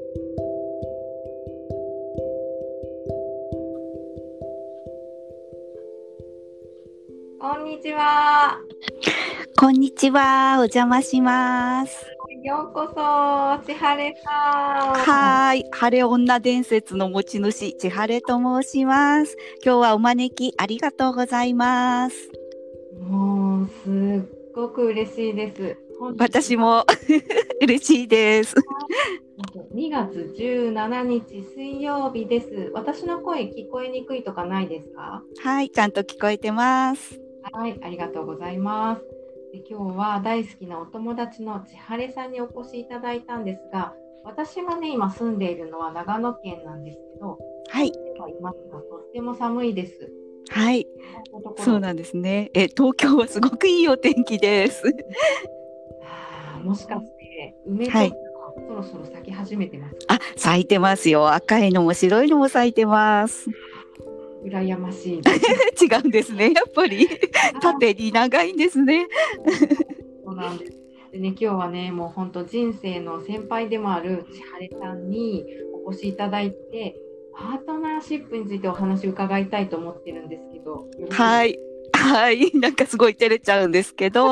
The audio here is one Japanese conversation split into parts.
こんにちは。 こんにちは。お邪魔します。 ようこそ、千晴さん。 はーい。晴れ女伝説の持ち主、千晴と申します。今日はお招きありがとうございます。 もう、すっごく嬉しいです。 私も嬉しいです。 2月17日水曜日です。私の声聞こえにくいとかないですか？ はい。ちゃんと聞こえてます。 はい、ありがとうございます。で、今日は大好きなお友達の千晴さんにお越しいただいたんですが、私がね、今住んでいるのは長野県なんですけど、 はい。 今とっても寒いです。 はい。そうなんですね。東京はすごくいいお天気です。 もしかして梅とか、そろそろ咲き始めてますか？ あ、咲いてますよ。赤いのも白いのも咲いてます。 羨ましい。 違うんですね。やっぱり縦に長いんですね。 そうなんです。でね、今日はね、もう本当人生の先輩でもある千晴さんにお越しいただいて、パートナーシップについてお話を伺いたいと思ってるんですけど、 はい。はい。なんかすごい照れちゃうんですけど、はい。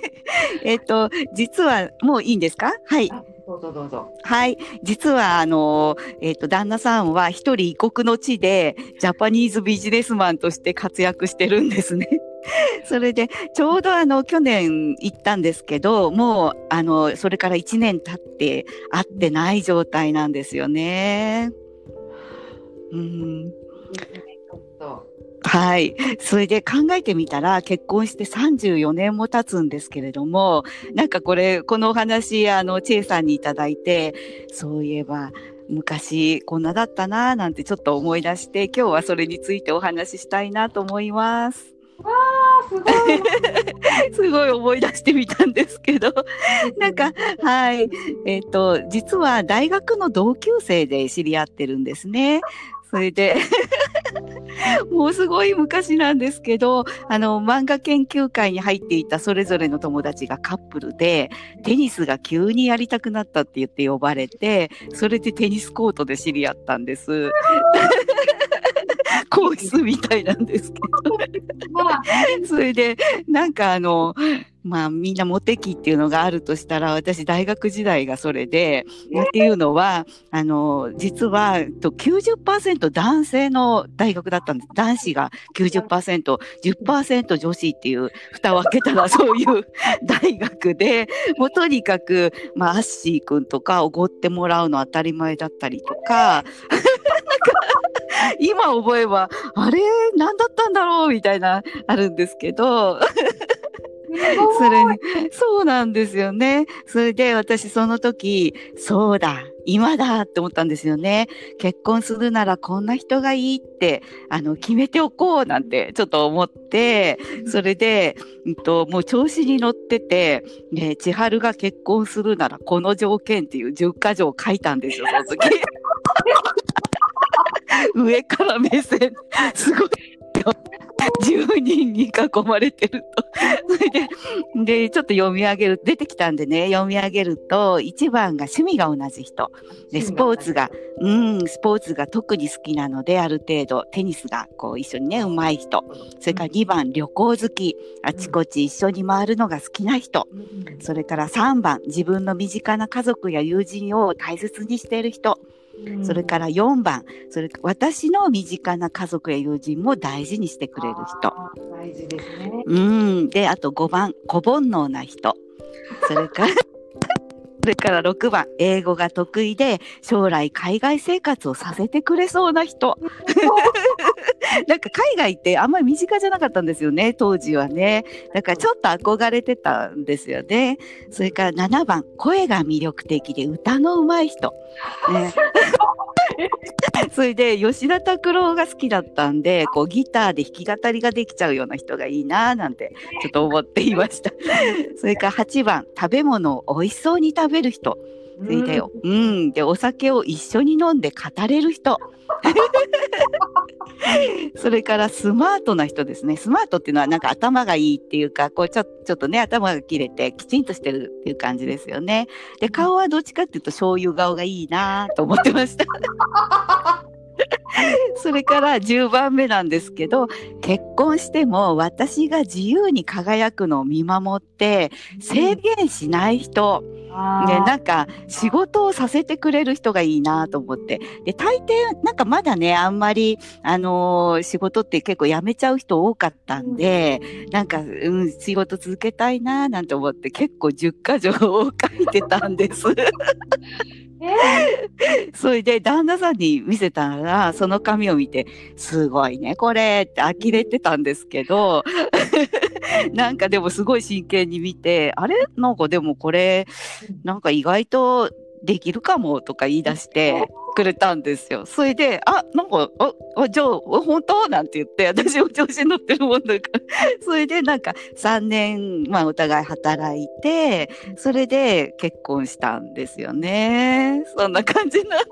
実は、もういいんですか？はい。 どうぞどうぞ。 はい。実は、旦那さんは一人異国の地で、ジャパニーズビジネスマンとして活躍してるんですね。それで、ちょうど去年行ったんですけど、もう、それから1年経って会ってない状態なんですよね。はい。それで考えてみたら、結婚して34年も経つんですけれども、なんかこのお話、チェイさんにいただいて、そういえば、昔こんなだったなぁなんてちょっと思い出して、今日はそれについてお話ししたいなと思います。 すごいすごい思い出してみたんですけど、なんか、はい。実は大学の同級生で知り合ってるんですね。それでもうすごい昔なんですけど、漫画研究会に入っていたそれぞれの友達がカップルで、テニスが急にやりたくなったって言って呼ばれて、それでテニスコートで知り合ったんです。皇室みたいなんですけど。それで、なんかみんなモテ期っていうのがあるとしたら、私大学時代がそれで、っていうのは、実は90% 男性の大学だったんです。男子が 90%、10% 女子っていう蓋を開けたらそういう大学で、もうとにかく、アッシー君とかおごってもらうの当たり前だったりとか、今思えば、あれ何だったんだろうみたいな、あるんですけど、そうなんですよね。それで私その時、そうだ、今だって思ったんですよね。結婚するならこんな人がいいって、決めておこうなんてちょっと思って、それで、もう調子に乗ってて、ね、千春が結婚するならこの条件っていう10か条を書いたんですよ、その時。上から目線、すごい。10人に囲まれてると。それで、ちょっと読み上げる、出てきたんでね、読み上げると、1番が趣味が同じ人。で、スポーツが特に好きなので、ある程度、テニスがこう一緒にね、上手い人。それから2番、旅行好き。あちこち一緒に回るのが好きな人。それから3番、自分の身近な家族や友人を大切にしている人。それから4番、私の身近な家族や友人も大事にしてくれる人。 大事ですね。 で、あと5番、小煩悩な人。それから6番、英語が得意で将来海外生活をさせてくれそうな人。なんか海外ってあんまり身近じゃなかったんですよね、当時はね。だからちょっと憧れてたんですよね。それから7番、声が魅力的で歌の上手い人。ねそれで吉田拓郎が好きだったんで、こうギターで弾き語りができちゃうような人がいいななんてちょっと思っていました。それから8番、食べ物を美味しそうに食べる人。それで、で、お酒を一緒に飲んで語れる人。 それからスマートな人ですね。スマートっていうのはなんか頭がいいっていうか、こうちょっとね、頭が切れてきちんとしてるっていう感じですよね。で、顔はどっちかっていうと醤油顔がいいなと思ってました。それから10番目なんですけど、結婚しても私が自由に輝くのを見守って制限しない人。ね、 あなんか仕事をさせてくれる人がいいなと思って。で、大抵なんかまだね、あんまり、仕事って結構辞めちゃう人多かったんで、なんか、仕事続けたいななんて思って結構10か条を書いてたんです。それで旦那さんに見せたら、その紙を見て、すごいね、これって呆れてたんですけど、なんかでもすごい真剣に見て、あれなんかでもこれ、なんか意外とできるかもとか言い出してくれたんですよ。それで、なんか、じゃあ、本当なんて言って、私も調子に乗ってるもんだから。それでなんか3年、まあお互い働いて、それで結婚したんですよね。そんな感じなんです。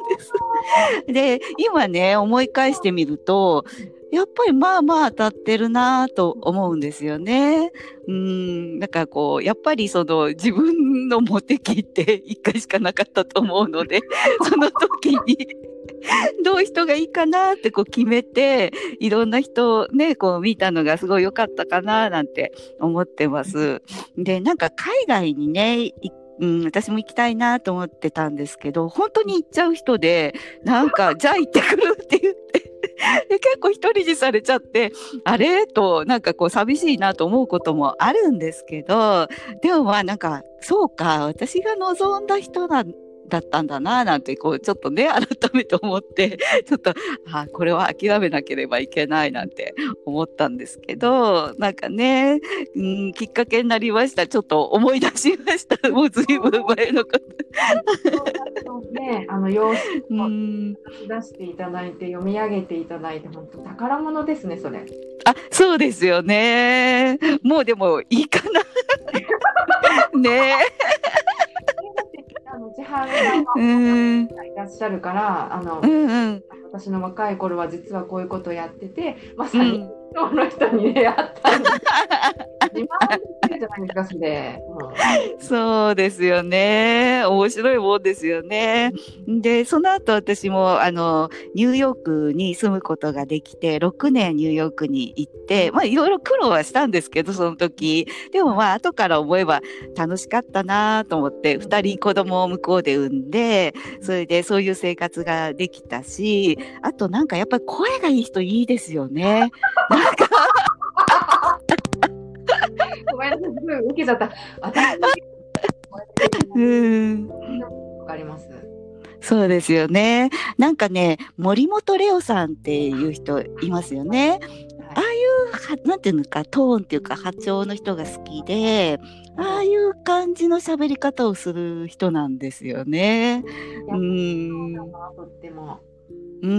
で、今ね、思い返してみると、やっぱりまあまあ当たってるなと思うんですよね。なんかこう、やっぱりその自分のモテ期って一回しかなかったと思うので、その時にどういう人がいいかなってこう決めて、いろんな人をね、こう見たのがすごい良かったかななんて思ってます。で、なんか海外にね、私も行きたいなと思ってたんですけど、本当に行っちゃう人で、なんか、じゃあ行ってくるって言って、で、結構一人にされちゃって、あれと、なんかこう寂しいなと思うこともあるんですけど、でもまあなんか、そうか、私が望んだ人だったんだな、なんて、こう、ちょっとね、改めて思って、ちょっと、これは諦めなければいけないなんて思ったんですけど、なんかね、きっかけになりました。ちょっと思い出しました。もうずいぶん前のこと。 ね、用紙うをん。 出していただいて、読み上げていただいて、本当宝物ですね、それ。 そうですよね。もうでもいいかな。ね千春さんうん。 がいらっしゃるから、 うんうん。 私の若い頃は実はこういうことをやってて、まさにうん。 その人に出会ったんです。自慢できるじゃないですか、それ。 そうですよね。面白いもんですよね。で、その後私も、ニューヨークに住むことができて、6年ニューヨークに行って、まあ、いろいろ苦労はしたんですけど、その時。でもまあ、後から思えば楽しかったなと思って、2人子供を向こうで産んで、それでそういう生活ができたし、あとなんかやっぱり声がいい人いいですよね。なんか、 ごめんなさい、すごい受けちゃった。私もうん。 わかります。 そうですよね。なんかね、森本レオさんっていう人いますよね。ああいうなんていうのか、トーンっていうか波長の人が好きで、ああいう感じの喋り方をする人なんですよね。うーん。 とっても。 うんうん。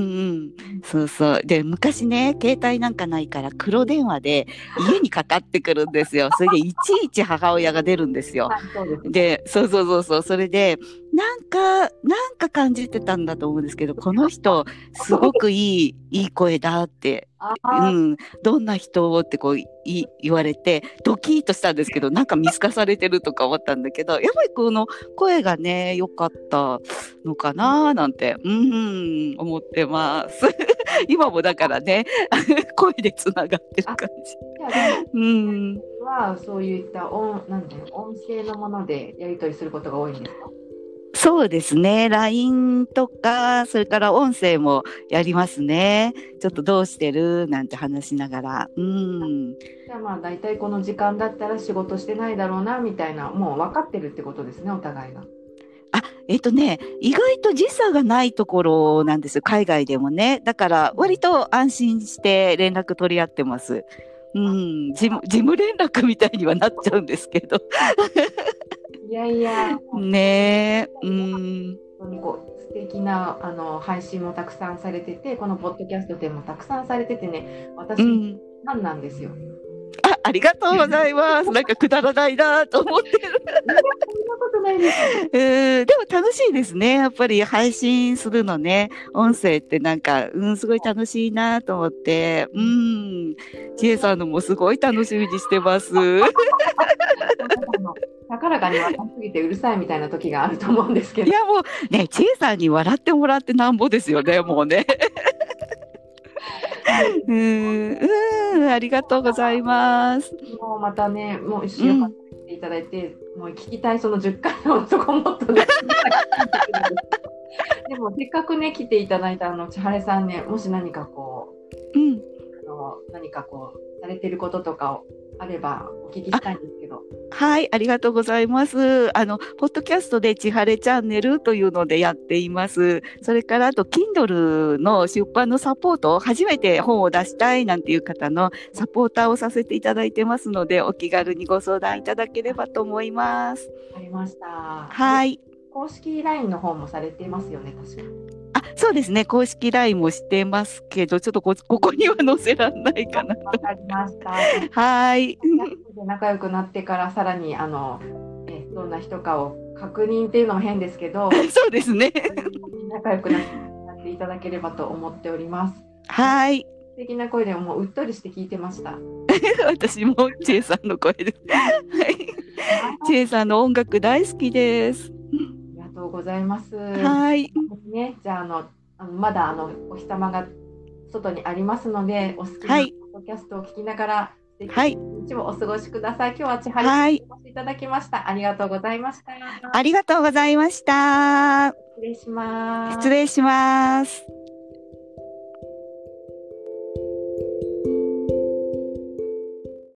そうそう。で、昔ね、携帯なんかないから黒電話で家にかかってくるんですよ。それでいちいち母親が出るんですよ。 はい、そうです。 で、そうそうそうそう。それで、なんか感じてたんだと思うんですけど、この人、すごくいい声だって、 ああ、 どんな人ってこう言われて、ドキッとしたんですけど、なんか見透かされてるとか思ったんだけど、やっぱりこの声がね、良かったのかななんて、思ってます。今もだからね、声でつながってる感じ。うん。 はそういった音声のものでやり取りすることが多いんですか？ そうですね。LINE とか、それから音声もやりますね。ちょっとどうしてるなんて話しながら。 じゃあまあ大体この時間だったら仕事してないだろうなみたいな、もう分かってるってことですね、お互いが。 意外と時差がないところなんですよ。海外でもね。だから割と安心して連絡取り合ってます。事務連絡みたいにはなっちゃうんですけど。 いやいや、 ねえ。 本当に素敵な配信もたくさんされてて、このポッドキャストでもたくさんされててね、私、ファンなんですよ。 ありがとうございます。なんかくだらないなと思ってる。 そんなことないです。 でも楽しいですね。やっぱり配信するのね。音声ってなんか、すごい楽しいなと思って。ちえさんのもすごい楽しみにしてます。 高らかに笑いすぎてうるさいみたいな時があると思うんですけど。 いやもうね、ちえさんに笑ってもらってなんぼですよね、もうね。ありがとうございます。 もうまたね、もう一週間来ていただいて、もう聞きたいその10回のそこもっとね、でもせっかくね、来ていただいた千晴さんね、もし何かこう、何かこう、されてることとかあればお聞きしたいんですけど。 はい、ありがとうございます。ポッドキャストでちはれチャンネルというのでやっています。それからあと、Kindle の出版のサポート、初めて本を出したいなんていう方のサポーターをさせていただいてますので、お気軽にご相談いただければと思います。 わかりました。 はい。 公式 LINE の方もされていますよね、確かに。 そうですね。公式 LINE もしてますけど、ちょっとここには載せらんないかなと。 わかりました。 はい。 仲良くなってからさらにどんな人かを確認っていうのも変ですけど、 そうですね。 仲良くなっていただければと思っております。 はい。 素敵な声でもううっとりして聞いてました。 私もちえさんの声です。はい。ちえさんの音楽大好きです。 ありがとうございます。 はい。 ね、じゃあまだお日様が外にありますので、お好きなポッドキャストを聞きながら、 はい。 一日をお過ごしください。今日は千晴さんにお越しいただきました。ありがとうございました。 ありがとうございました。 失礼します。 失礼します。